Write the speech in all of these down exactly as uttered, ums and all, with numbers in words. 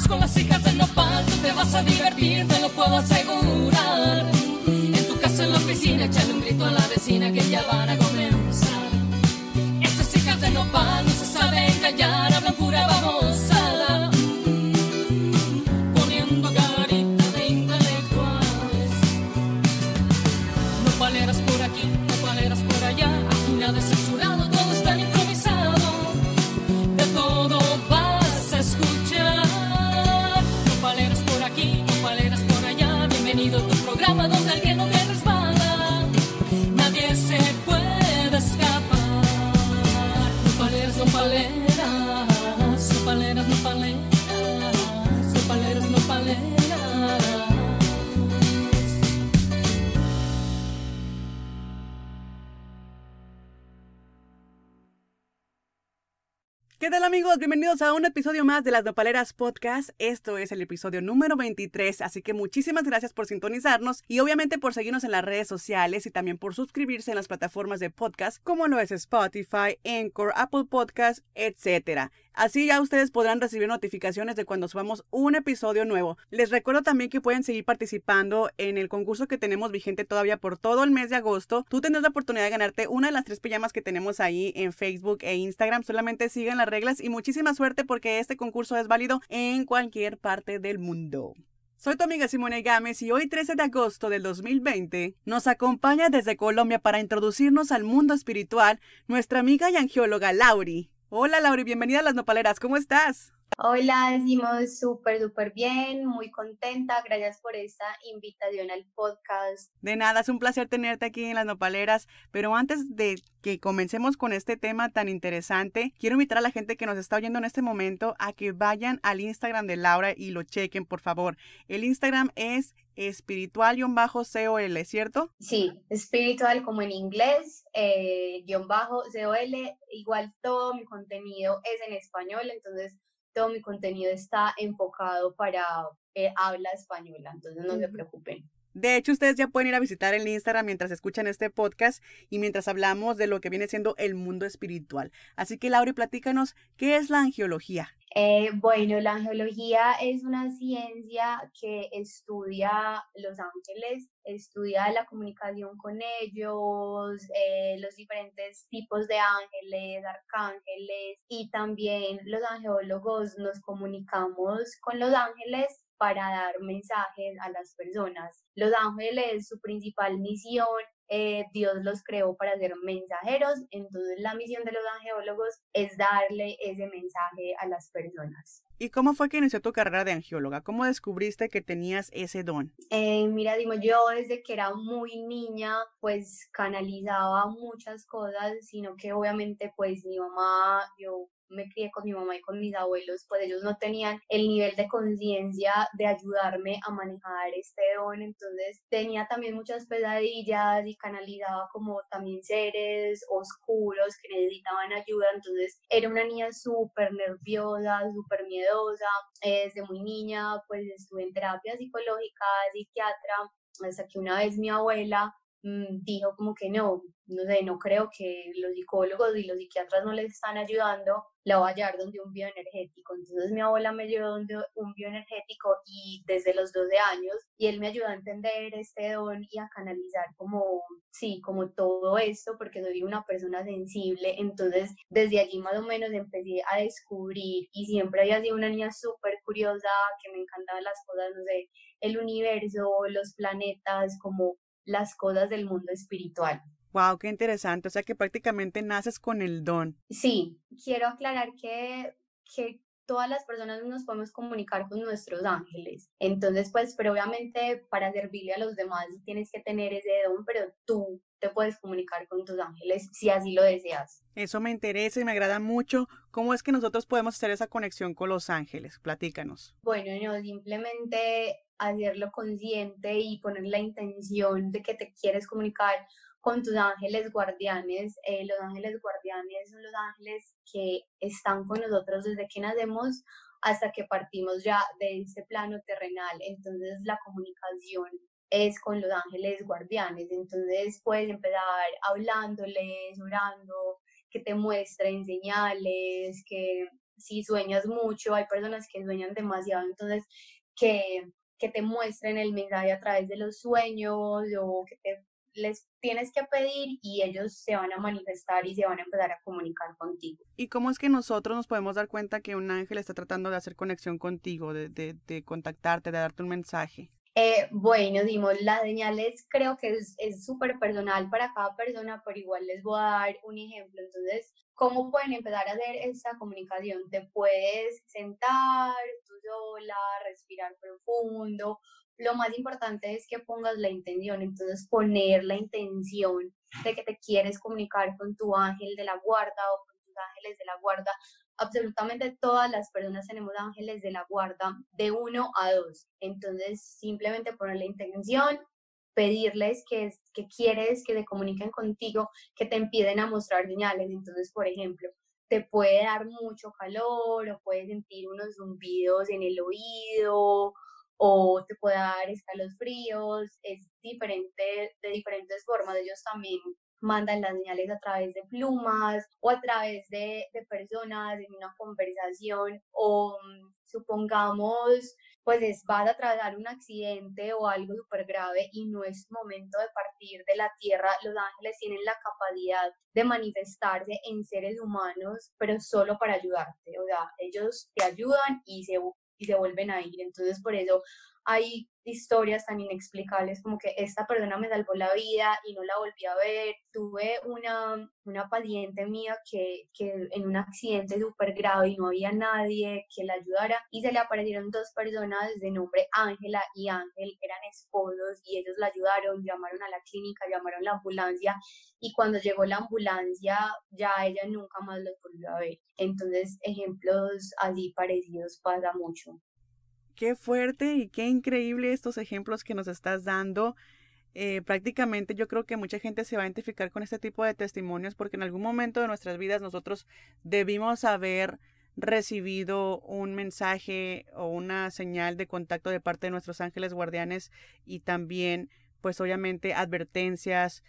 con las hijas del nopal, tú te vas a divertir, te lo puedo asegurar. En tu casa, en la oficina, échale un grito a la vecina que ya van a comenzar. Estas hijas del nopal no se saben callar, hablan pura babosada, poniendo carita de intelectuales. Nopaleras por aquí, nopaleras por allá, aquí nada es censurado, todo está improvisado. De todo vas a escuchar. Nopaleras por aquí, nopaleras por allá, bienvenido a tu programa donde alguien no te resbala. Nadie se puede escapar. Nopaleras, nopaleras, nopaleras, nopaleras, nopaleras, nopaleras. ¿Qué tal, amigos? Bienvenidos a un episodio más de Las Nopaleras Podcast. Esto es el episodio número veintitrés, así que muchísimas gracias por sintonizarnos y obviamente por seguirnos en las redes sociales y también por suscribirse en las plataformas de podcast como lo es Spotify, Anchor, Apple Podcast, etcétera. Así ya ustedes podrán recibir notificaciones de cuando subamos un episodio nuevo. Les recuerdo también que pueden seguir participando en el concurso que tenemos vigente todavía por todo el mes de agosto. Tú tendrás la oportunidad de ganarte una de las tres pijamas que tenemos ahí en Facebook e Instagram. Solamente sigan las reglas y muchísima suerte porque este concurso es válido en cualquier parte del mundo. Soy tu amiga Simone Gámez y hoy trece de agosto del dos mil veinte nos acompaña desde Colombia para introducirnos al mundo espiritual nuestra amiga y angióloga Lauri. Hola Lauri, bienvenida a Las Nopaleras, ¿cómo estás? Hola, decimos súper, súper bien, muy contenta, gracias por esta invitación al podcast. De nada, es un placer tenerte aquí en Las Nopaleras, pero antes de que comencemos con este tema tan interesante, quiero invitar a la gente que nos está oyendo en este momento a que vayan al Instagram de Laura y lo chequen, por favor. El Instagram es espiritual-col, ¿cierto? Sí, espiritual como en inglés, eh, guión bajo, col, igual todo mi contenido es en español, entonces todo mi contenido está enfocado para eh, habla española, entonces no uh-huh. se preocupen. De hecho, ustedes ya pueden ir a visitar el Instagram mientras escuchan este podcast y mientras hablamos de lo que viene siendo el mundo espiritual. Así que, Laura, platícanos, ¿qué es la angiología? Eh, bueno, la angiología es una ciencia que estudia los ángeles, estudia la comunicación con ellos, eh, los diferentes tipos de ángeles, arcángeles, y también los angeólogos nos comunicamos con los ángeles para dar mensajes a las personas. Los ángeles, su principal misión, eh, Dios los creó para ser mensajeros, entonces la misión de los angeólogos es darle ese mensaje a las personas. ¿Y cómo fue que inició tu carrera de angióloga? ¿Cómo descubriste que tenías ese don? Eh, mira, digo, yo desde que era muy niña, pues canalizaba muchas cosas, sino que obviamente pues mi mamá, yo me crié con mi mamá y con mis abuelos, pues ellos no tenían el nivel de conciencia de ayudarme a manejar este don, entonces tenía también muchas pesadillas y canalizaba como también seres oscuros que necesitaban ayuda, entonces era una niña súper nerviosa, súper miedosa, eh, desde muy niña pues estuve en terapia psicológica, psiquiatra, hasta que una vez mi abuela mmm, dijo como que no, no sé, no creo que los psicólogos y los psiquiatras no les están ayudando, la voy a llevar donde un bioenergético. Entonces mi abuela me llevó donde un bioenergético y desde los doce años, y él me ayudó a entender este don y a canalizar como, sí, como todo esto, porque soy una persona sensible, entonces desde allí más o menos empecé a descubrir y siempre había sido una niña súper curiosa, que me encantaban las cosas, no sé, el universo, los planetas, como las cosas del mundo espiritual. Wow, qué interesante. O sea que prácticamente naces con el don. Sí, quiero aclarar que, que todas las personas nos podemos comunicar con nuestros ángeles. Entonces, pues, pero obviamente para servirle a los demás tienes que tener ese don, pero tú te puedes comunicar con tus ángeles si así lo deseas. Eso me interesa y me agrada mucho. ¿Cómo es que nosotros podemos hacer esa conexión con los ángeles? Platícanos. Bueno, no, simplemente hacerlo consciente y poner la intención de que te quieres comunicar con tus ángeles guardianes. Eh, los ángeles guardianes son los ángeles que están con nosotros desde que nacemos hasta que partimos ya de este plano terrenal. Entonces la comunicación es con los ángeles guardianes. Entonces puedes empezar hablándoles, orando, que te muestren señales, que si sueñas mucho, hay personas que sueñan demasiado, entonces que, que te muestren el mensaje a través de los sueños o que te, les tienes que pedir y ellos se van a manifestar y se van a empezar a comunicar contigo. ¿Y cómo es que nosotros nos podemos dar cuenta que un ángel está tratando de hacer conexión contigo, de, de, de contactarte, de darte un mensaje? Eh, bueno, dimos las señales, creo que es es súper personal para cada persona, pero igual les voy a dar un ejemplo. Entonces, ¿cómo pueden empezar a hacer esta comunicación? Te puedes sentar tú sola, respirar profundo. Lo más importante es que pongas la intención, entonces poner la intención de que te quieres comunicar con tu ángel de la guarda o con tus ángeles de la guarda. Absolutamente todas las personas tenemos ángeles de la guarda de uno a dos. Entonces, simplemente poner la intención, pedirles que, que quieres que se comuniquen contigo, que te empiecen a mostrar señales. Entonces, por ejemplo, te puede dar mucho calor o puedes sentir unos zumbidos en el oído o te puede dar escalofríos. Es diferente, de diferentes formas. Ellos también mandan las señales a través de plumas o a través de, de personas en una conversación o um, supongamos pues es, vas a atravesar un accidente o algo súper grave y no es momento de partir de la tierra. Los ángeles tienen la capacidad de manifestarse en seres humanos, pero solo para ayudarte. O sea, ellos te ayudan y se, y se vuelven a ir. Entonces, por eso hay historias tan inexplicables como que esta persona me salvó la vida y no la volví a ver. Tuve una, una paciente mía que, que en un accidente súper grave y no había nadie que la ayudara y se le aparecieron dos personas de nombre Ángela y Ángel, eran esposos y ellos la ayudaron, llamaron a la clínica, llamaron a la ambulancia y cuando llegó la ambulancia ya ella nunca más los volvió a ver. Entonces ejemplos así parecidos pasa mucho. Qué fuerte y qué increíble estos ejemplos que nos estás dando. Eh, prácticamente yo creo que mucha gente se va a identificar con este tipo de testimonios porque en algún momento de nuestras vidas nosotros debimos haber recibido un mensaje o una señal de contacto de parte de nuestros ángeles guardianes y también pues obviamente advertencias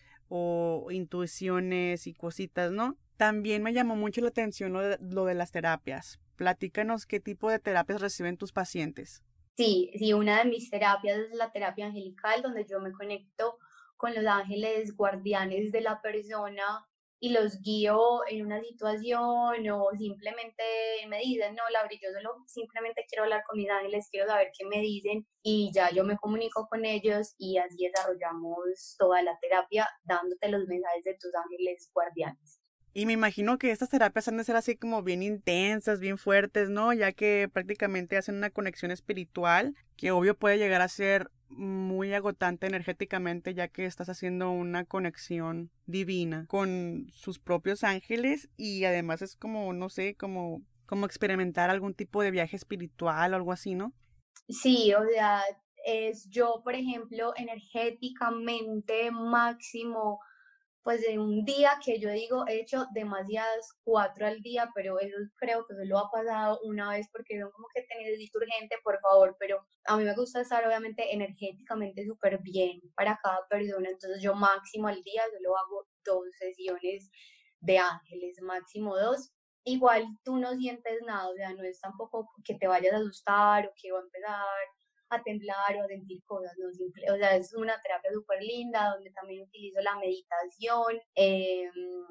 o intuiciones y cositas, ¿no? También me llamó mucho la atención lo de, lo de las terapias. Platícanos qué tipo de terapias reciben tus pacientes. Sí, sí, una de mis terapias es la terapia angelical, donde yo me conecto con los ángeles guardianes de la persona y los guío en una situación o simplemente me dicen, no, Laura, yo solo simplemente quiero hablar con mis ángeles, quiero saber qué me dicen y ya yo me comunico con ellos y así desarrollamos toda la terapia dándote los mensajes de tus ángeles guardianes. Y me imagino que estas terapias han de ser así como bien intensas, bien fuertes, ¿no? Ya que prácticamente hacen una conexión espiritual, que obvio puede llegar a ser muy agotante energéticamente, ya que estás haciendo una conexión divina con sus propios ángeles y además es como, no sé, como, como experimentar algún tipo de viaje espiritual o algo así, ¿no? Sí, o sea, es yo, por ejemplo, energéticamente máximo pues de un día que yo digo, he hecho demasiadas, cuatro al día, pero eso creo que solo ha pasado una vez porque son como que te necesito urgente, por favor, pero a mí me gusta estar obviamente energéticamente súper bien para cada persona, entonces yo máximo al día solo hago dos sesiones de ángeles, máximo dos. Igual tú no sientes nada, o sea, no es tampoco que te vayas a asustar o que va a empezar a temblar o a sentir cosas, ¿no? Simple, o sea, es una terapia súper linda donde también utilizo la meditación. Eh,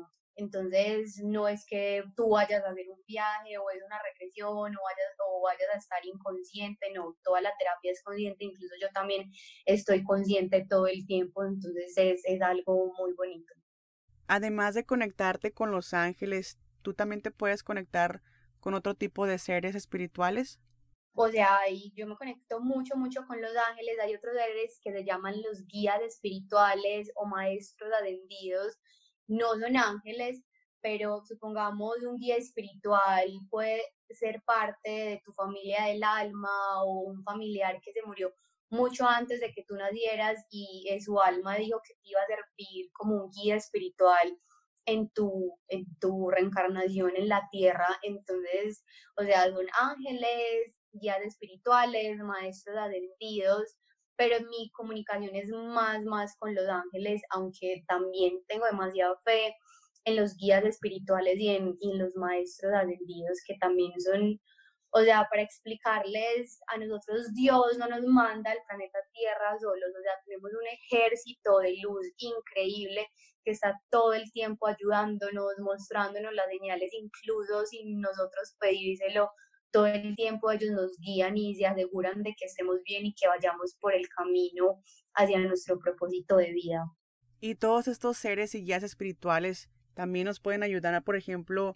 entonces, no es que tú vayas a hacer un viaje o es una regresión o vayas, o vayas a estar inconsciente, no, toda la terapia es consciente, incluso yo también estoy consciente todo el tiempo, entonces es, es algo muy bonito. Además de conectarte con los ángeles, ¿tú también te puedes conectar con otro tipo de seres espirituales? O sea, ahí yo me conecto mucho, mucho con los ángeles. Hay otros seres que se llaman los guías espirituales o maestros ascendidos. No son ángeles, pero supongamos un guía espiritual puede ser parte de tu familia del alma o un familiar que se murió mucho antes de que tú nacieras y eh, su alma dijo que te iba a servir como un guía espiritual en tu, en tu reencarnación en la tierra. Entonces, o sea, son ángeles, guías espirituales, maestros ascendidos, pero mi comunicación es más, más con los ángeles, aunque también tengo demasiada fe en los guías espirituales y en, y en los maestros ascendidos, que también son, o sea, para explicarles a nosotros, Dios no nos manda al planeta Tierra solos, o sea, tenemos un ejército de luz increíble que está todo el tiempo ayudándonos, mostrándonos las señales, incluso sin nosotros pedírselo, todo el tiempo ellos nos guían y se aseguran de que estemos bien y que vayamos por el camino hacia nuestro propósito de vida. Y todos estos seres y guías espirituales también nos pueden ayudar, por ejemplo,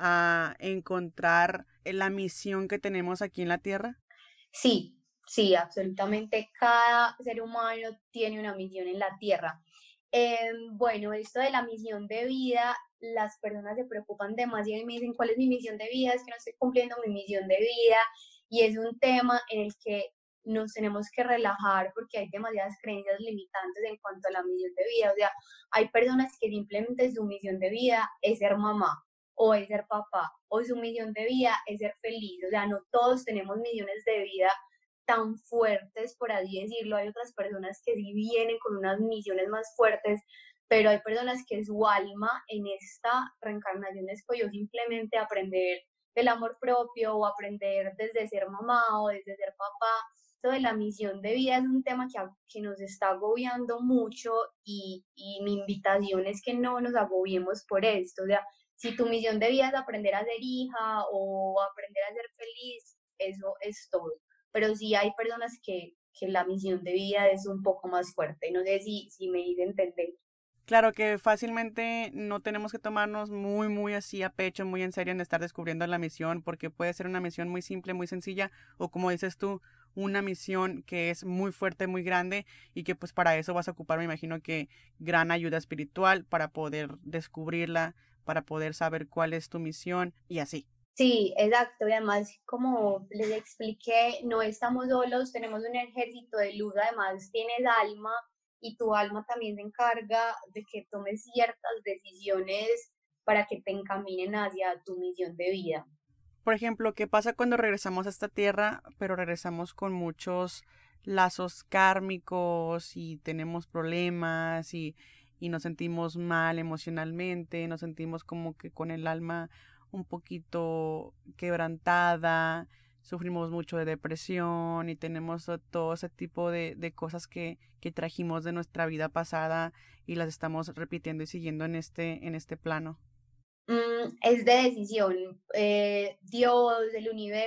a encontrar la misión que tenemos aquí en la Tierra. Sí, sí, absolutamente. Cada ser humano tiene una misión en la Tierra. Eh, bueno, esto de la misión de vida, las personas se preocupan demasiado y me dicen, ¿cuál es mi misión de vida? Es que no estoy cumpliendo mi misión de vida, y es un tema en el que nos tenemos que relajar porque hay demasiadas creencias limitantes en cuanto a la misión de vida. O sea, hay personas que simplemente su misión de vida es ser mamá, o es ser papá, o su misión de vida es ser feliz. O sea, no todos tenemos misiones de vida tan fuertes, por así decirlo. Hay otras personas que sí vienen con unas misiones más fuertes, pero hay personas que su alma en esta reencarnación es pues yo simplemente aprender del amor propio, o aprender desde ser mamá o desde ser papá. Esto de la misión de vida es un tema que, que nos está agobiando mucho, y, y mi invitación es que no nos agobiemos por esto. O sea, si tu misión de vida es aprender a ser hija o aprender a ser feliz, eso es todo. Pero sí hay personas que, que la misión de vida es un poco más fuerte. No sé si, si me hice entender. Claro que fácilmente no tenemos que tomarnos muy, muy así a pecho, muy en serio en estar descubriendo la misión, porque puede ser una misión muy simple, muy sencilla, o como dices tú, una misión que es muy fuerte, muy grande, y que pues para eso vas a ocupar, me imagino que gran ayuda espiritual para poder descubrirla, para poder saber cuál es tu misión y así. Sí, exacto. Y además, como les expliqué, no estamos solos, tenemos un ejército de luz, además tienes alma, y tu alma también se encarga de que tomes ciertas decisiones para que te encaminen hacia tu misión de vida. Por ejemplo, ¿qué pasa cuando regresamos a esta tierra, pero regresamos con muchos lazos kármicos y tenemos problemas y, y nos sentimos mal emocionalmente, nos sentimos como que con el alma un poquito quebrantada, sufrimos mucho de depresión y tenemos todo ese tipo de, de cosas que, que trajimos de nuestra vida pasada y las estamos repitiendo y siguiendo en este, en este plano? Mm, es de decisión. Eh, Dios, el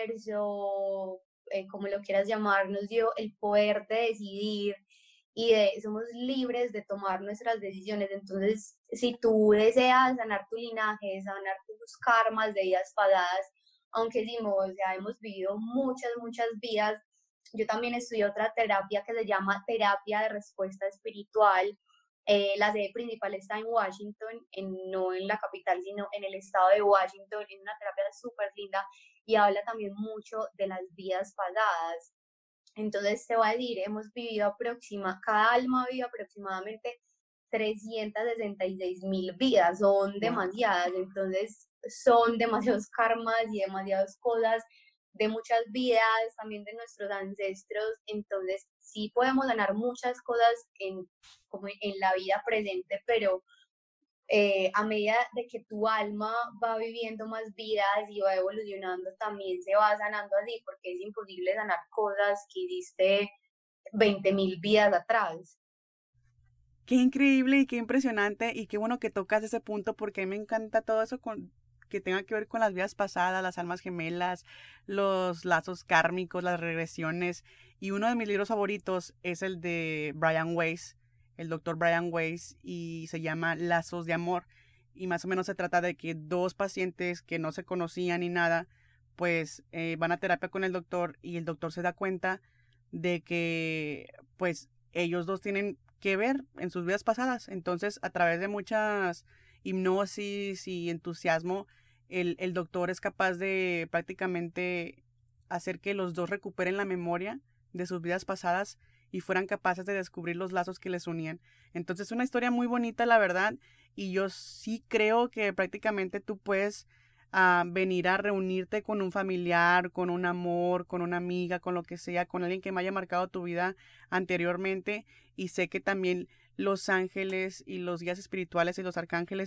universo, eh, como lo quieras llamar, nos dio el poder de decidir, y de, somos libres de tomar nuestras decisiones. Entonces, si tú deseas sanar tu linaje, sanar tus karmas de vidas pasadas, aunque decimos, o sea, hemos vivido muchas, muchas vidas. Yo también estudié otra terapia que se llama terapia de respuesta espiritual. Eh, la sede principal está en Washington, en, no en la capital, sino en el estado de Washington. Es una terapia súper linda y habla también mucho de las vidas pasadas. Entonces te voy a decir, hemos vivido aproximadamente, cada alma vive aproximadamente trescientas sesenta y seis mil vidas, son demasiadas. Entonces son demasiados karmas y demasiadas cosas de muchas vidas, también de nuestros ancestros. Entonces sí podemos ganar muchas cosas en, como en la vida presente, pero eh, a medida de que tu alma va viviendo más vidas y va evolucionando, también se va sanando así, porque es imposible sanar cosas que hiciste veinte mil vidas atrás. Qué increíble y qué impresionante y qué bueno que tocas ese punto, porque a mí me encanta todo eso con, que tenga que ver con las vidas pasadas, las almas gemelas, los lazos kármicos, las regresiones. Y uno de mis libros favoritos es el de Brian Weiss, el doctor Brian Weiss, y se llama Lazos de Amor. Y más o menos se trata de que dos pacientes que no se conocían ni nada, pues eh, van a terapia con el doctor, y el doctor se da cuenta de que pues ellos dos tienen que ver en sus vidas pasadas. Entonces, a través de muchas hipnosis y entusiasmo, el, el doctor es capaz de prácticamente hacer que los dos recuperen la memoria de sus vidas pasadas y fueran capaces de descubrir los lazos que les unían. Entonces, es una historia muy bonita, la verdad, y yo sí creo que prácticamente tú puedes a venir a reunirte con un familiar, con un amor, con una amiga, con lo que sea, con alguien que me haya marcado tu vida anteriormente. Y sé que también los ángeles y los guías espirituales y los arcángeles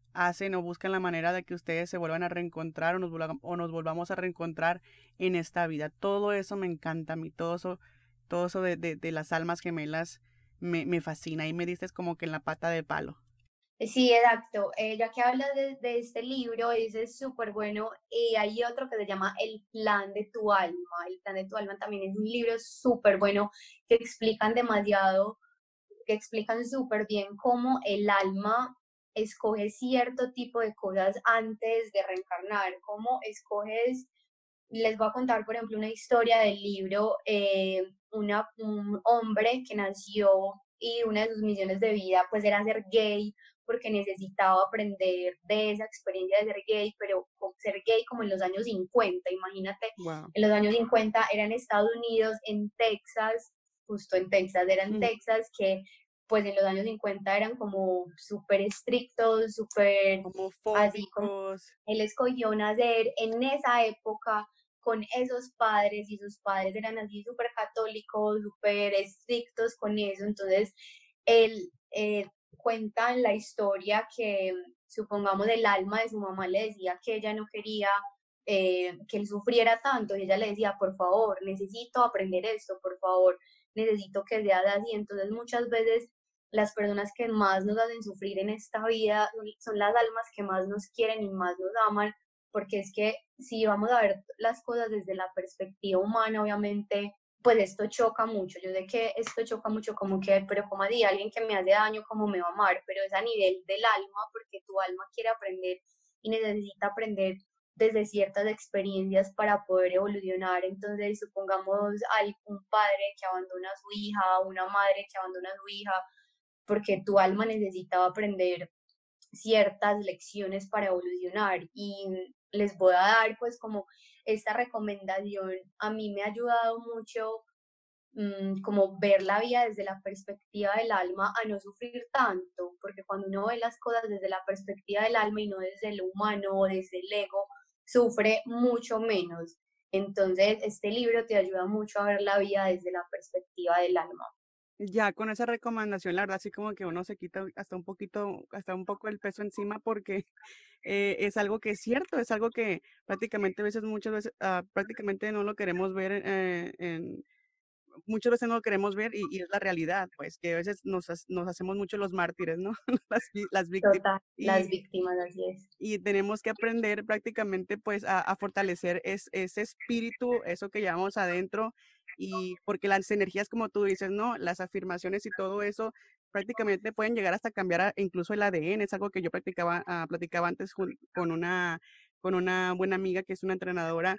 hacen o buscan la manera de que ustedes se vuelvan a reencontrar o nos, volva- o nos volvamos a reencontrar en esta vida. Todo eso me encanta a mí, todo eso, todo eso de, de, de las almas gemelas me, me fascina y me diste como que en la pata de palo. Sí, exacto. Eh, ya que hablas de, de este libro, ese es súper bueno. Y hay otro que se llama El plan de tu alma. El plan de tu alma también es un libro súper bueno que explican demasiado, que explican súper bien cómo el alma escoge cierto tipo de cosas antes de reencarnar, cómo escoges. Les voy a contar, por ejemplo, una historia del libro, eh, una, un hombre que nació y una de sus misiones de vida pues era ser gay porque necesitaba aprender de esa experiencia de ser gay, pero ser gay como en los años cincuenta, imagínate, Wow. en los años cincuenta era en Estados Unidos, en Texas, justo en Texas, era en Texas que pues en los años cincuenta eran como súper estrictos, súper así como Homofóbicos. él escogió nacer en esa época con esos padres y sus padres eran así súper católicos, súper estrictos con eso. Entonces, él eh, cuenta en la historia que, supongamos, el alma de su mamá le decía que ella no quería eh, que él sufriera tanto y ella le decía, por favor, necesito aprender esto, por favor, necesito que seas así. Entonces, muchas veces las personas que más nos hacen sufrir en esta vida son las almas que más nos quieren y más nos aman, porque es que si vamos a ver las cosas desde la perspectiva humana, obviamente, pues esto choca mucho. Yo sé que esto choca mucho como que, pero como di alguien que me hace daño, ¿cómo me va a amar? Pero es a nivel del alma, porque tu alma quiere aprender y necesita aprender desde ciertas experiencias para poder evolucionar. Entonces, supongamos un padre que abandona a su hija, una madre que abandona a su hija, porque tu alma necesitaba aprender ciertas lecciones para evolucionar y les voy a dar pues como esta recomendación. A mí me ha ayudado mucho mmm, como ver la vida desde la perspectiva del alma, a no sufrir tanto, porque cuando uno ve las cosas desde la perspectiva del alma y no desde lo humano o desde el ego, sufre mucho menos. Entonces, este libro te ayuda mucho a ver la vida desde la perspectiva del alma. Ya con esa recomendación, la verdad, así como que uno se quita hasta un poquito, hasta un poco el peso encima porque eh, es algo que es cierto, es algo que prácticamente a veces, muchas veces, ah, prácticamente no lo queremos ver eh, en, muchas veces no lo queremos ver y, y es la realidad, pues, que a veces nos, ha- nos hacemos mucho los mártires, ¿no? Las, vi- las víctimas. Total, las Y, víctimas, así es. y tenemos que aprender prácticamente pues a, a fortalecer es, ese espíritu, eso que llevamos adentro, y porque las energías, como tú dices, ¿no? Las afirmaciones y todo eso prácticamente pueden llegar hasta cambiar a- incluso el A D N, es algo que yo practicaba, ah, platicaba antes jun- con una, con una buena amiga que es una entrenadora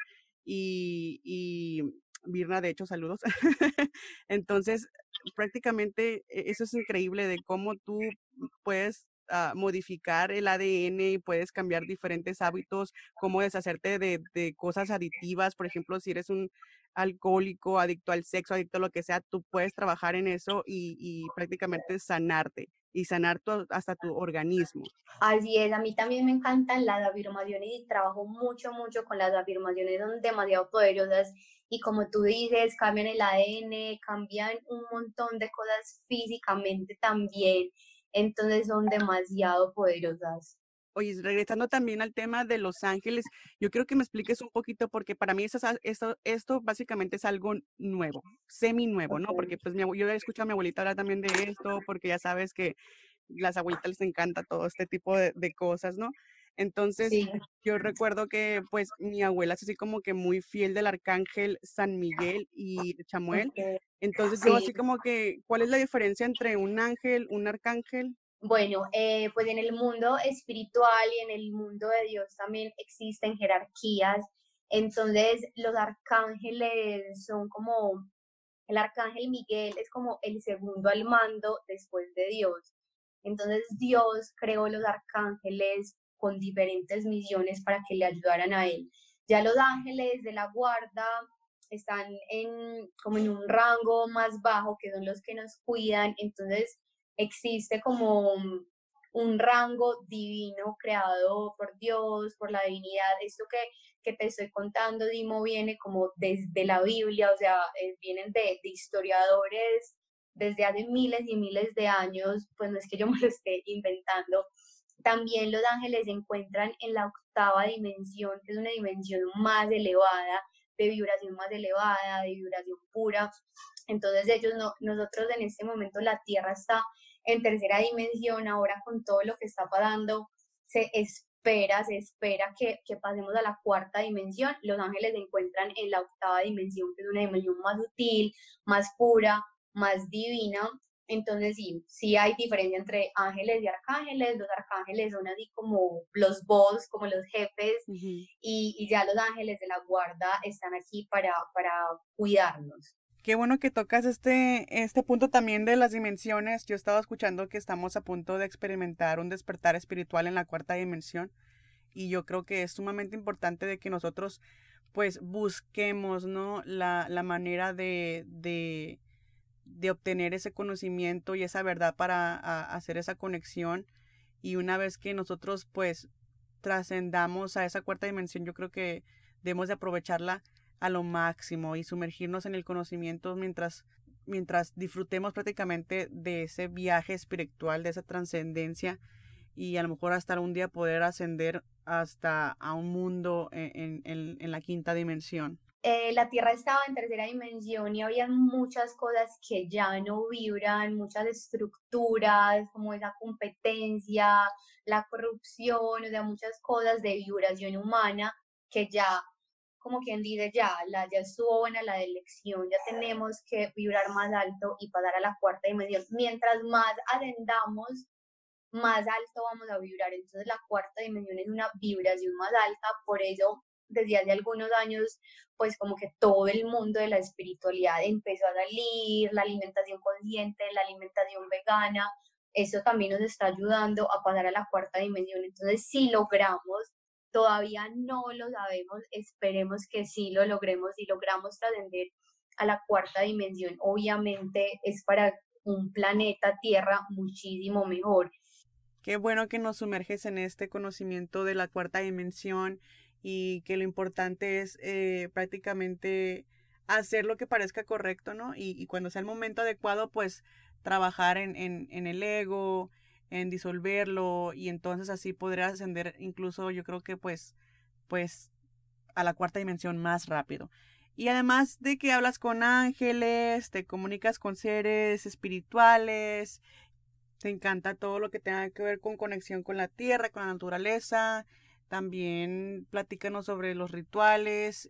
y, y Virna, de hecho, saludos. Entonces, prácticamente e- eso es increíble de cómo tú puedes ah, modificar el A D N y puedes cambiar diferentes hábitos, cómo deshacerte de, de cosas aditivas. Por ejemplo, si eres un alcohólico, adicto al sexo, adicto a lo que sea, tú puedes trabajar en eso y, y prácticamente sanarte y sanar tu- hasta tu organismo. Así es, a mí también me encantan las afirmaciones y trabajo mucho, mucho con las afirmaciones, son demasiado poderosas y como tú dices, cambian el A D N, cambian un montón de cosas físicamente también, entonces son demasiado poderosas. Oye, regresando también al tema de Los Ángeles, yo quiero que me expliques un poquito porque para mí eso, es a- esto, esto básicamente es algo nuevo, semi nuevo, ¿no? Okay. Porque pues mi abue- yo he escuchado a mi abuelita hablar también de esto, porque ya sabes que las abuelitas les encanta todo este tipo de, de cosas, ¿no? Entonces, Sí, yo recuerdo que pues mi abuela es así como que muy fiel del arcángel San Miguel y de Chamuel. okay. Entonces yo Sí. así como que, ¿cuál es la diferencia entre un ángel, un arcángel? Bueno, eh, pues en el mundo espiritual y en el mundo de Dios también existen jerarquías. Entonces, los arcángeles son como, el arcángel Miguel es como el segundo al mando después de Dios. Entonces, Dios creó los arcángeles con diferentes misiones para que le ayudaran a él. Ya los ángeles de la guarda están en, como en un rango más bajo, que son los que nos cuidan. Entonces, existe como un, un rango divino creado por Dios, por la divinidad. Esto que, que te estoy contando, Dimo, viene como desde la Biblia, o sea, eh, vienen de, de historiadores desde hace miles y miles de años, pues no es que yo me lo esté inventando, También los ángeles se encuentran en la octava dimensión, que es una dimensión más elevada, de vibración más elevada, de vibración pura. Entonces ellos no, nosotros en este momento la Tierra está en tercera dimensión, ahora con todo lo que está pasando, se espera, se espera que, que pasemos a la cuarta dimensión. Los ángeles se encuentran en la octava dimensión, que es una dimensión más sutil, más pura, más divina. Entonces sí, sí hay diferencia entre ángeles y arcángeles. Los arcángeles son así como los boss, como los jefes, uh-huh. y, y ya los ángeles de la guarda están aquí para, para cuidarnos. Qué bueno que tocas este, este punto también de las dimensiones. Yo estaba escuchando que estamos a punto de experimentar un despertar espiritual en la cuarta dimensión, y yo creo que es sumamente importante de que nosotros pues busquemos, ¿no? la, la manera de, de, de obtener ese conocimiento y esa verdad para a, hacer esa conexión. Y una vez que nosotros pues trascendamos a esa cuarta dimensión, yo creo que debemos de aprovecharla a lo máximo y sumergirnos en el conocimiento mientras, mientras disfrutemos prácticamente de ese viaje espiritual, de esa trascendencia, y a lo mejor hasta un día poder ascender hasta a un mundo en, en, en la quinta dimensión. Eh, la Tierra estaba en tercera dimensión y había muchas cosas que ya no vibran, muchas estructuras como esa competencia, la corrupción, o sea, muchas cosas de vibración humana que ya, como quien dice, ya, la, ya estuvo buena la elección, ya tenemos que vibrar más alto y pasar a la cuarta dimensión. Mientras más ascendamos, más alto vamos a vibrar. Entonces la cuarta dimensión es una vibración más alta. Por eso desde hace algunos años pues como que todo el mundo de la espiritualidad empezó a salir, la alimentación consciente, la alimentación vegana. Eso también nos está ayudando a pasar a la cuarta dimensión. Entonces si logramos, todavía no lo sabemos, esperemos que sí lo logremos, si logramos trascender a la cuarta dimensión, obviamente es para un planeta Tierra muchísimo mejor. Qué bueno que nos sumerges en este conocimiento de la cuarta dimensión, y que lo importante es eh, prácticamente hacer lo que parezca correcto, ¿no? Y, y cuando sea el momento adecuado, pues trabajar en, en, en el ego, en disolverlo, y entonces así podrá ascender incluso, yo creo que pues, pues a la cuarta dimensión más rápido. Y además de que hablas con ángeles, te comunicas con seres espirituales, te encanta todo lo que tenga que ver con conexión con la tierra, con la naturaleza. También platícanos sobre los rituales,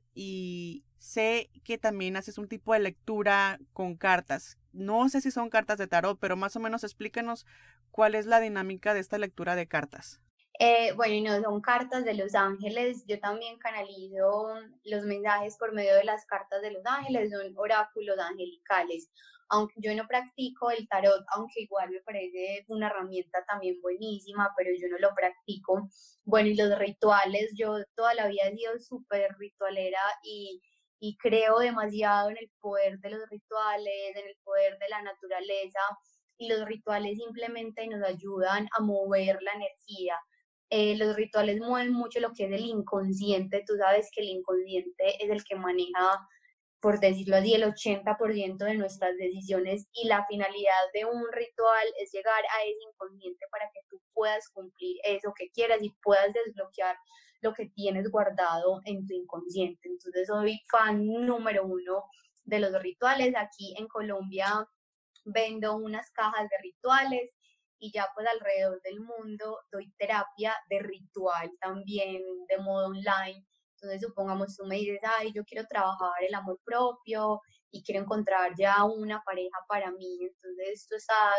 y sé que también haces un tipo de lectura con cartas. No sé si son cartas de tarot, pero más o menos explícanos cuál es la dinámica de esta lectura de cartas. Eh, bueno, y no son cartas de los ángeles, yo también canalizo los mensajes por medio de las cartas de los ángeles, son oráculos angelicales. Aunque yo no practico el tarot, aunque igual me parece una herramienta también buenísima, pero yo no lo practico. Bueno, y los rituales, yo toda la vida he sido súper ritualera y, y creo demasiado en el poder de los rituales, en el poder de la naturaleza, y los rituales simplemente nos ayudan a mover la energía. Eh, los rituales mueven mucho lo que es el inconsciente. Tú sabes que el inconsciente es el que maneja, por decirlo así, el ochenta por ciento de nuestras decisiones, y la finalidad de un ritual es llegar a ese inconsciente para que tú puedas cumplir eso que quieras y puedas desbloquear lo que tienes guardado en tu inconsciente. Entonces soy fan número uno de los rituales. Aquí en Colombia vendo unas cajas de rituales, y ya pues alrededor del mundo doy terapia de ritual también de modo online. Entonces supongamos tú me dices, ay, yo quiero trabajar el amor propio y quiero encontrar ya una pareja para mí. Entonces tú estás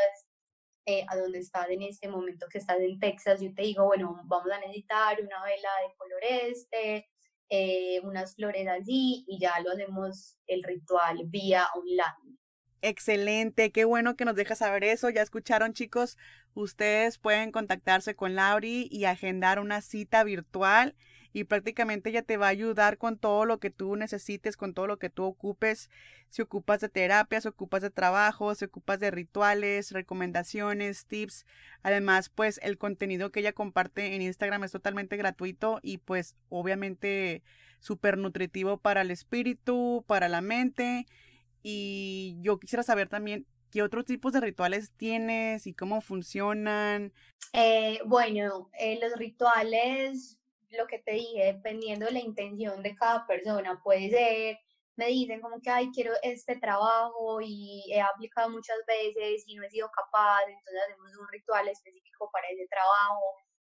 eh, a donde estás en este momento, que estás en Texas, yo te digo, bueno, vamos a necesitar una vela de color este, eh, unas flores así, y ya lo hacemos el ritual vía online. Excelente, qué bueno que nos dejas saber eso. Ya escucharon, chicos, ustedes pueden contactarse con Lauri y agendar una cita virtual, y prácticamente ella te va a ayudar con todo lo que tú necesites, con todo lo que tú ocupes. Si ocupas de terapia, si ocupas de trabajo, si ocupas de rituales, recomendaciones, tips. Además, pues el contenido que ella comparte en Instagram es totalmente gratuito y pues obviamente súper nutritivo para el espíritu, para la mente. Y yo quisiera saber también, ¿qué otros tipos de rituales tienes y cómo funcionan? Eh, bueno, eh, los rituales, lo que te dije, dependiendo de la intención de cada persona, puede ser, me dicen como que, ay, quiero este trabajo y he aplicado muchas veces y no he sido capaz, entonces hacemos un ritual específico para ese trabajo,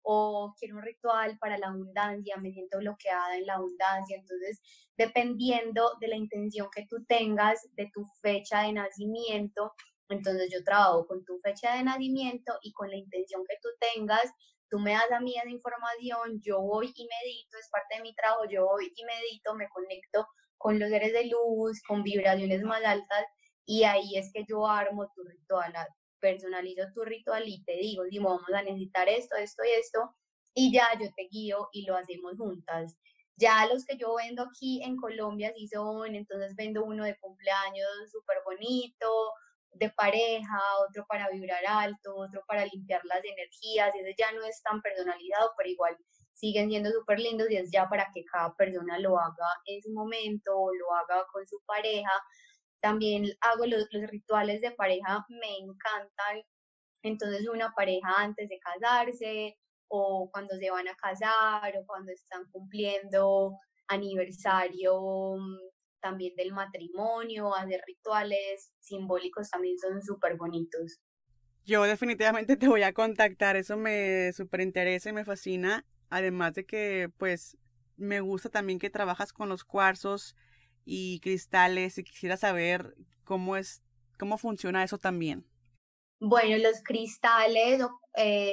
o quiero un ritual para la abundancia, me siento bloqueada en la abundancia, entonces dependiendo de la intención que tú tengas, de tu fecha de nacimiento, entonces yo trabajo con tu fecha de nacimiento y con la intención que tú tengas, tú me das a mí esa información, yo voy y medito, es parte de mi trabajo, yo voy y medito, me conecto con los seres de luz, con vibraciones más altas y ahí es que yo armo tu ritual, personalizo tu ritual y te digo, si vamos a necesitar esto, esto y esto y ya yo te guío y lo hacemos juntas. Ya los que yo vendo aquí en Colombia sí son, entonces vendo uno de cumpleaños súper bonito, de pareja, otro para vibrar alto, otro para limpiar las energías, ese ya no es tan personalizado, pero igual siguen siendo súper lindos y es ya para que cada persona lo haga en su momento o lo haga con su pareja. También hago los, los rituales de pareja, me encantan, entonces una pareja antes de casarse o cuando se van a casar o cuando están cumpliendo aniversario mm, también del matrimonio, hacer rituales simbólicos también son súper bonitos. Yo definitivamente te voy a contactar, eso me súper interesa y me fascina, además de que pues me gusta también que trabajas con los cuarzos y cristales y quisiera saber cómo es, cómo funciona eso también. Bueno, los cristales eh,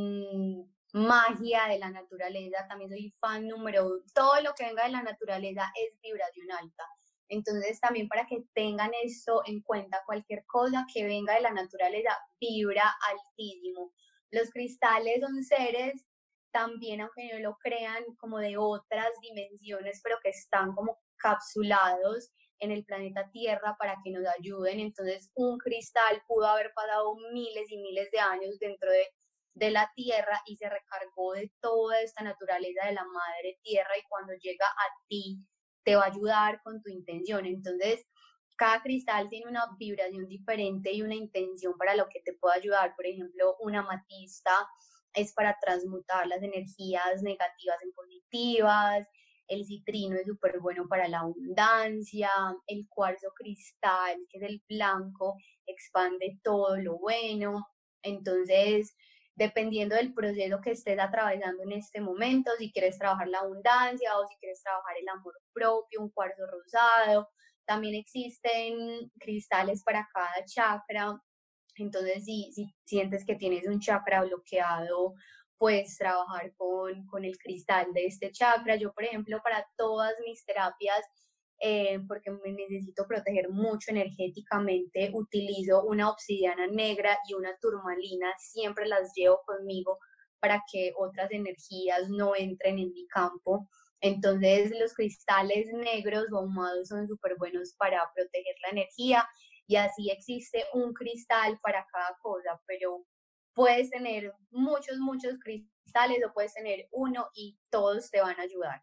son magia de la naturaleza, también soy fan número uno, todo lo que venga de la naturaleza es vibración alta. Entonces también para que tengan esto en cuenta, cualquier cosa que venga de la naturaleza vibra altísimo. Los cristales son seres también, aunque no lo crean, como de otras dimensiones, pero que están como capsulados en el planeta Tierra para que nos ayuden. Entonces, un cristal pudo haber pasado miles y miles de años dentro de, de la Tierra y se recargó de toda esta naturaleza de la madre Tierra y cuando llega a ti, te va a ayudar con tu intención. Entonces, cada cristal tiene una vibración diferente y una intención para lo que te puede ayudar. Por ejemplo, una amatista es para transmutar las energías negativas en positivas, el citrino es súper bueno para la abundancia, el cuarzo cristal, que es el blanco, expande todo lo bueno. Entonces, dependiendo del proceso que estés atravesando en este momento, si quieres trabajar la abundancia o si quieres trabajar el amor propio, un cuarzo rosado. También existen cristales para cada chakra. Entonces, si, si sientes que tienes un chakra bloqueado, puedes trabajar con, con el cristal de este chakra. Yo, por ejemplo, para todas mis terapias, eh, porque me necesito proteger mucho energéticamente, utilizo una obsidiana negra y una turmalina, siempre las llevo conmigo para que otras energías no entren en mi campo. Entonces, los cristales negros o ahumados son súper buenos para proteger la energía y así existe un cristal para cada cosa, pero puedes tener muchos, muchos cristales o puedes tener uno y todos te van a ayudar.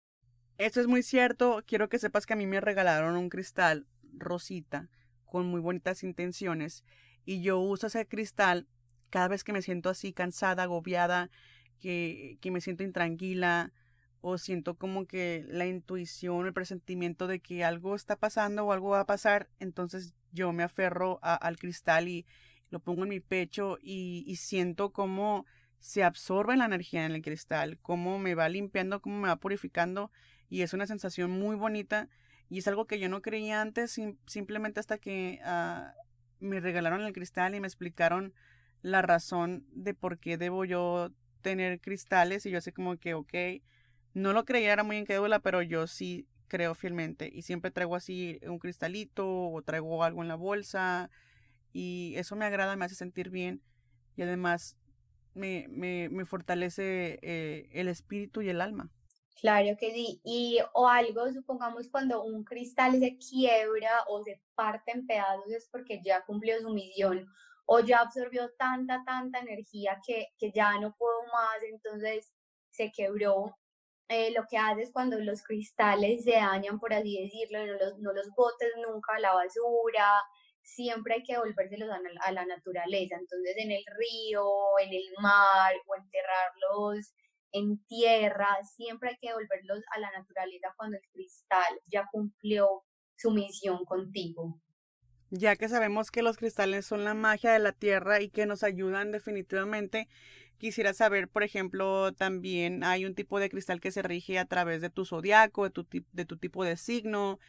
Eso es muy cierto, quiero que sepas que a mí me regalaron un cristal rosita con muy bonitas intenciones y yo uso ese cristal cada vez que me siento así cansada, agobiada, que, que me siento intranquila o siento como que la intuición, el presentimiento de que algo está pasando o algo va a pasar, entonces yo me aferro a, al cristal y lo pongo en mi pecho y, y siento como se absorbe la energía en el cristal, cómo me va limpiando, cómo me va purificando y es una sensación muy bonita y es algo que yo no creía antes, sim- simplemente hasta que uh, me regalaron el cristal y me explicaron la razón de por qué debo yo tener cristales y yo así como que, ok, no lo creía, era muy incrédula, pero yo sí creo fielmente y siempre traigo así un cristalito o traigo algo en la bolsa y eso me agrada, me hace sentir bien y además me, me, me fortalece eh, el espíritu y el alma. Claro que sí, y o algo, supongamos cuando un cristal se quiebra o se parte en pedazos es porque ya cumplió su misión o ya absorbió tanta, tanta energía que, que ya no puedo más, entonces se quebró. Eh, lo que haces cuando los cristales se dañan, por así decirlo, no los, no los botes nunca a la basura, siempre hay que devolvérselos a, a la naturaleza. Entonces en el río, en el mar o enterrarlos en tierra, siempre hay que devolverlos a la naturaleza cuando el cristal ya cumplió su misión contigo. Ya que sabemos que los cristales son la magia de la tierra y que nos ayudan definitivamente, quisiera saber, por ejemplo, también hay un tipo de cristal que se rige a través de tu zodiaco, de tu, de tu tipo de signo,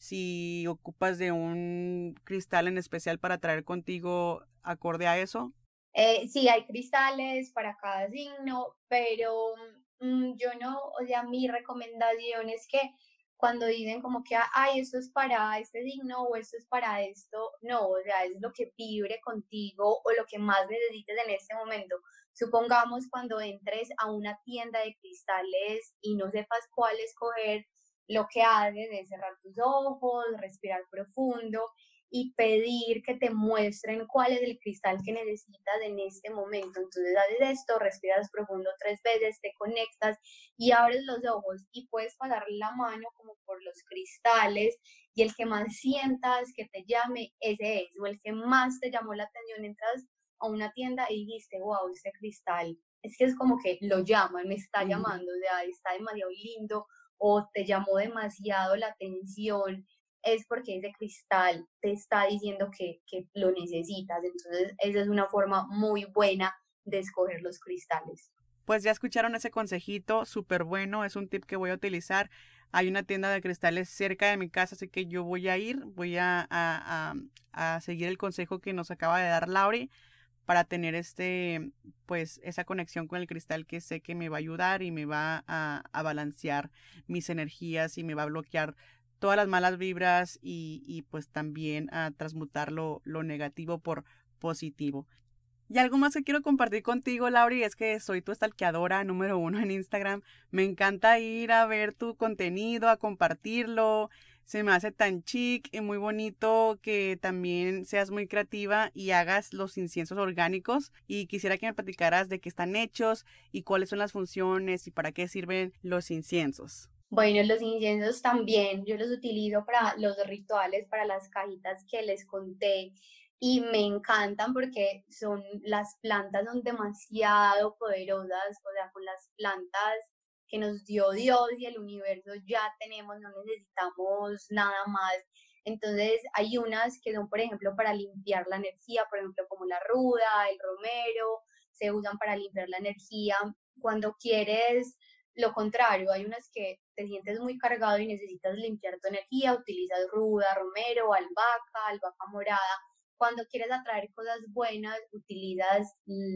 si ocupas de un cristal en especial para traer contigo acorde a eso. Eh, sí, hay cristales para cada signo, pero mm, yo no, o sea, mi recomendación es que cuando dicen como que, ay, esto es para este signo o esto es para esto, no, o sea, es lo que vibre contigo o lo que más necesites en este momento. Supongamos cuando entres a una tienda de cristales y no sepas cuál escoger, lo que haces es cerrar tus ojos, respirar profundo y pedir que te muestren cuál es el cristal que necesitas en este momento. Entonces haces esto, respiras profundo tres veces, te conectas y abres los ojos y puedes pasar la mano como por los cristales y el que más sientas que te llame, ese es, o el que más te llamó la atención. Entras a una tienda y dijiste, wow, este cristal, es que es como que lo llaman, me está llamando, o sea, está demasiado lindo o te llamó demasiado la atención, es porque ese cristal te está diciendo que, que lo necesitas. Entonces, esa es una forma muy buena de escoger los cristales. Pues ya escucharon ese consejito, súper bueno, es un tip que voy a utilizar. Hay una tienda de cristales cerca de mi casa, así que yo voy a ir, voy a, a, a, a seguir el consejo que nos acaba de dar Lauri para tener este, pues, esa conexión con el cristal que sé que me va a ayudar y me va a, a balancear mis energías y me va a bloquear todas las malas vibras y, y pues también a transmutar lo, lo negativo por positivo. Y algo más que quiero compartir contigo, Lauri, es que soy tu stalkeadora número uno en Instagram. Me encanta ir a ver tu contenido, a compartirlo. Se me hace tan chic y muy bonito que también seas muy creativa y hagas los inciensos orgánicos. Y quisiera que me platicaras de qué están hechos y cuáles son las funciones y para qué sirven los inciensos. Bueno, los inciensos también, yo los utilizo para los rituales, para las cajitas que les conté y me encantan porque son, las plantas son demasiado poderosas, o sea, con las plantas que nos dio Dios y el universo ya tenemos, no necesitamos nada más. Entonces hay unas que son, por ejemplo, para limpiar la energía, por ejemplo, como la ruda, el romero, se usan para limpiar la energía. Cuando quieres lo contrario, hay unas que te sientes muy cargado y necesitas limpiar tu energía, utilizas ruda, romero, albahaca, albahaca morada. Cuando quieres atraer cosas buenas, utilizas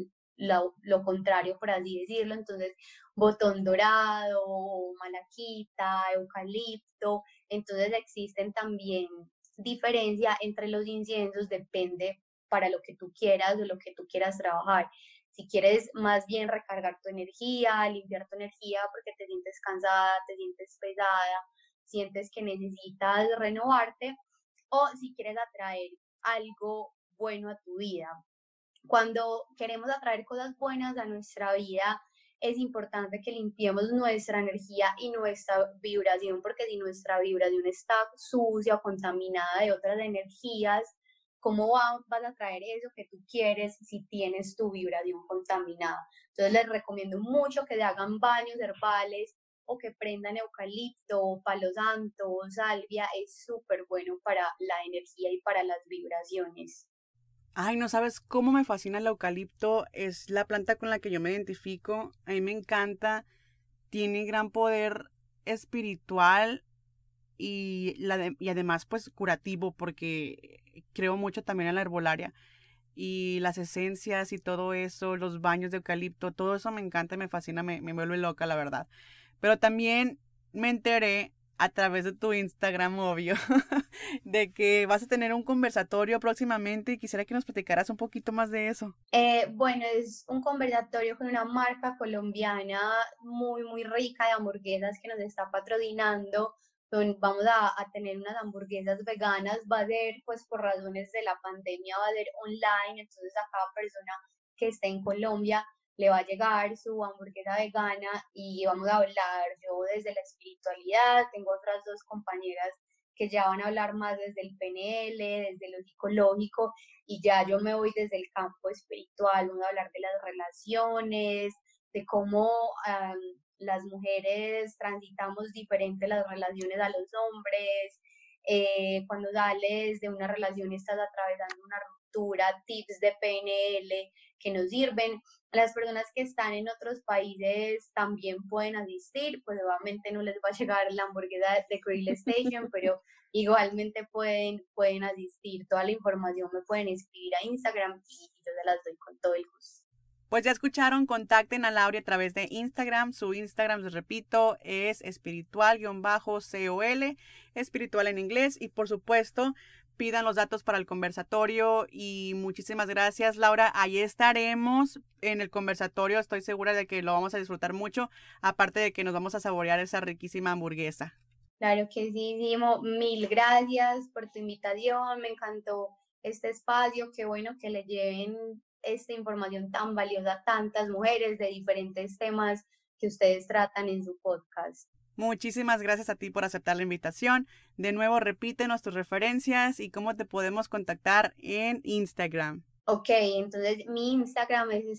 lo, lo contrario, por así decirlo. Entonces, botón dorado, malaquita, eucalipto. Entonces, existen también diferencia entre los inciensos, depende para lo que tú quieras o lo que tú quieras trabajar. Si quieres más bien recargar tu energía, limpiar tu energía porque te sientes cansada, te sientes pesada, sientes que necesitas renovarte, o si quieres atraer algo bueno a tu vida. Cuando queremos atraer cosas buenas a nuestra vida, es importante que limpiemos nuestra energía y nuestra vibración, porque si nuestra vibración está sucia o contaminada de otras energías, ¿cómo va, vas a traer eso que tú quieres si tienes tu vibración contaminada? Entonces les recomiendo mucho que hagan baños herbales o que prendan eucalipto, palo santo, salvia, es súper bueno para la energía y para las vibraciones. Ay, no sabes cómo me fascina el eucalipto, es la planta con la que yo me identifico, a mí me encanta, tiene gran poder espiritual y, la de, y además pues curativo porque creo mucho también en la herbolaria y las esencias y todo eso, los baños de eucalipto, todo eso me encanta, me fascina, me, me vuelve loca la verdad. Pero también me enteré a través de tu Instagram, obvio, de que vas a tener un conversatorio próximamente y quisiera que nos platicaras un poquito más de eso. Eh, bueno, es un conversatorio con una marca colombiana muy, muy rica de hamburguesas que nos está patrocinando. Vamos a, a tener unas hamburguesas veganas, va a ser, pues por razones de la pandemia, va a ser online, entonces a cada persona que esté en Colombia le va a llegar su hamburguesa vegana y vamos a hablar yo desde la espiritualidad, tengo otras dos compañeras que ya van a hablar más desde el P N L, desde lo psicológico, y ya yo me voy desde el campo espiritual, vamos a hablar de las relaciones, de cómo um, las mujeres transitamos diferente las relaciones a los hombres, eh, cuando sales de una relación estás atravesando una ruptura, tips de P N L que nos sirven. Las personas que están en otros países también pueden asistir, pues obviamente no les va a llegar la hamburguesa de Grill Station, pero igualmente pueden, pueden asistir. Toda la información me pueden escribir a Instagram y yo se las doy con todo el gusto. Pues ya escucharon, contacten a Lauri a través de Instagram. Su Instagram, les repito, es espiritual-col, espiritual en inglés. Y por supuesto, pidan los datos para el conversatorio. Y muchísimas gracias, Laura. Ahí estaremos en el conversatorio. Estoy segura de que lo vamos a disfrutar mucho. Aparte de que nos vamos a saborear esa riquísima hamburguesa. Claro que sí, Simo. Mil gracias por tu invitación. Me encantó este espacio. Qué bueno que le lleven esta información tan valiosa a tantas mujeres de diferentes temas que ustedes tratan en su podcast. Muchísimas gracias a ti por aceptar la invitación. De nuevo, repítenos tus referencias y cómo te podemos contactar en Instagram. Ok, entonces mi Instagram es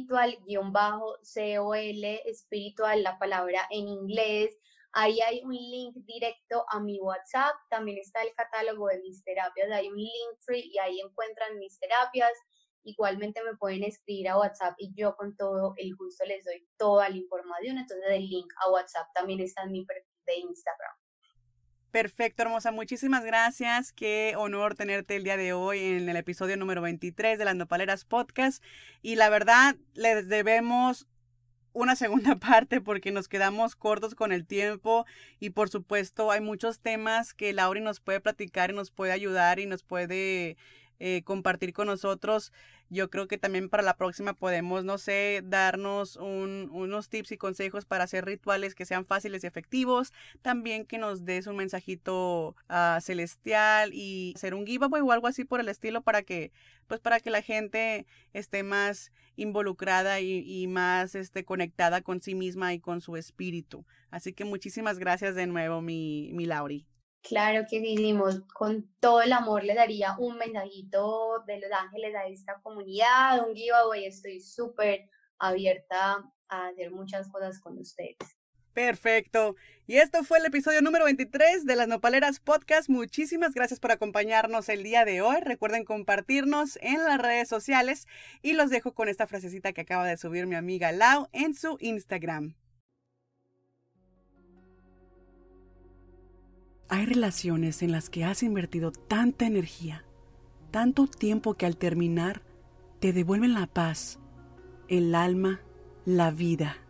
espiritual-col, espiritual, la palabra en inglés. Ahí hay un link directo a mi WhatsApp. También está el catálogo de mis terapias. Hay un link free y ahí encuentran mis terapias. Igualmente me pueden escribir a WhatsApp y yo con todo el gusto les doy toda la información. Entonces el link a WhatsApp también está en mi perfil de Instagram. Perfecto, hermosa. Muchísimas gracias. Qué honor tenerte el día de hoy en el episodio número veintitrés de Las Nopaleras Podcast. Y la verdad, les debemos una segunda parte porque nos quedamos cortos con el tiempo y por supuesto hay muchos temas que Lauri nos puede platicar y nos puede ayudar y nos puede eh, compartir con nosotros. Yo creo que también para la próxima podemos, no sé, darnos un, unos tips y consejos para hacer rituales que sean fáciles y efectivos. También que nos des un mensajito uh, celestial y hacer un giveaway o algo así por el estilo para que, pues para que la gente esté más involucrada y, y más este, conectada con sí misma y con su espíritu. Así que muchísimas gracias de nuevo, mi, mi Lauri. Claro que sí, hicimos con todo el amor. Les daría un mensajito de Los Ángeles a esta comunidad, un giveaway. Estoy súper abierta a hacer muchas cosas con ustedes. Perfecto. Y esto fue el episodio número veintitrés de Las Nopaleras Podcast. Muchísimas gracias por acompañarnos el día de hoy. Recuerden compartirnos en las redes sociales y los dejo con esta frasecita que acaba de subir mi amiga Lau en su Instagram. Hay relaciones en las que has invertido tanta energía, tanto tiempo que al terminar te devuelven la paz, el alma, la vida.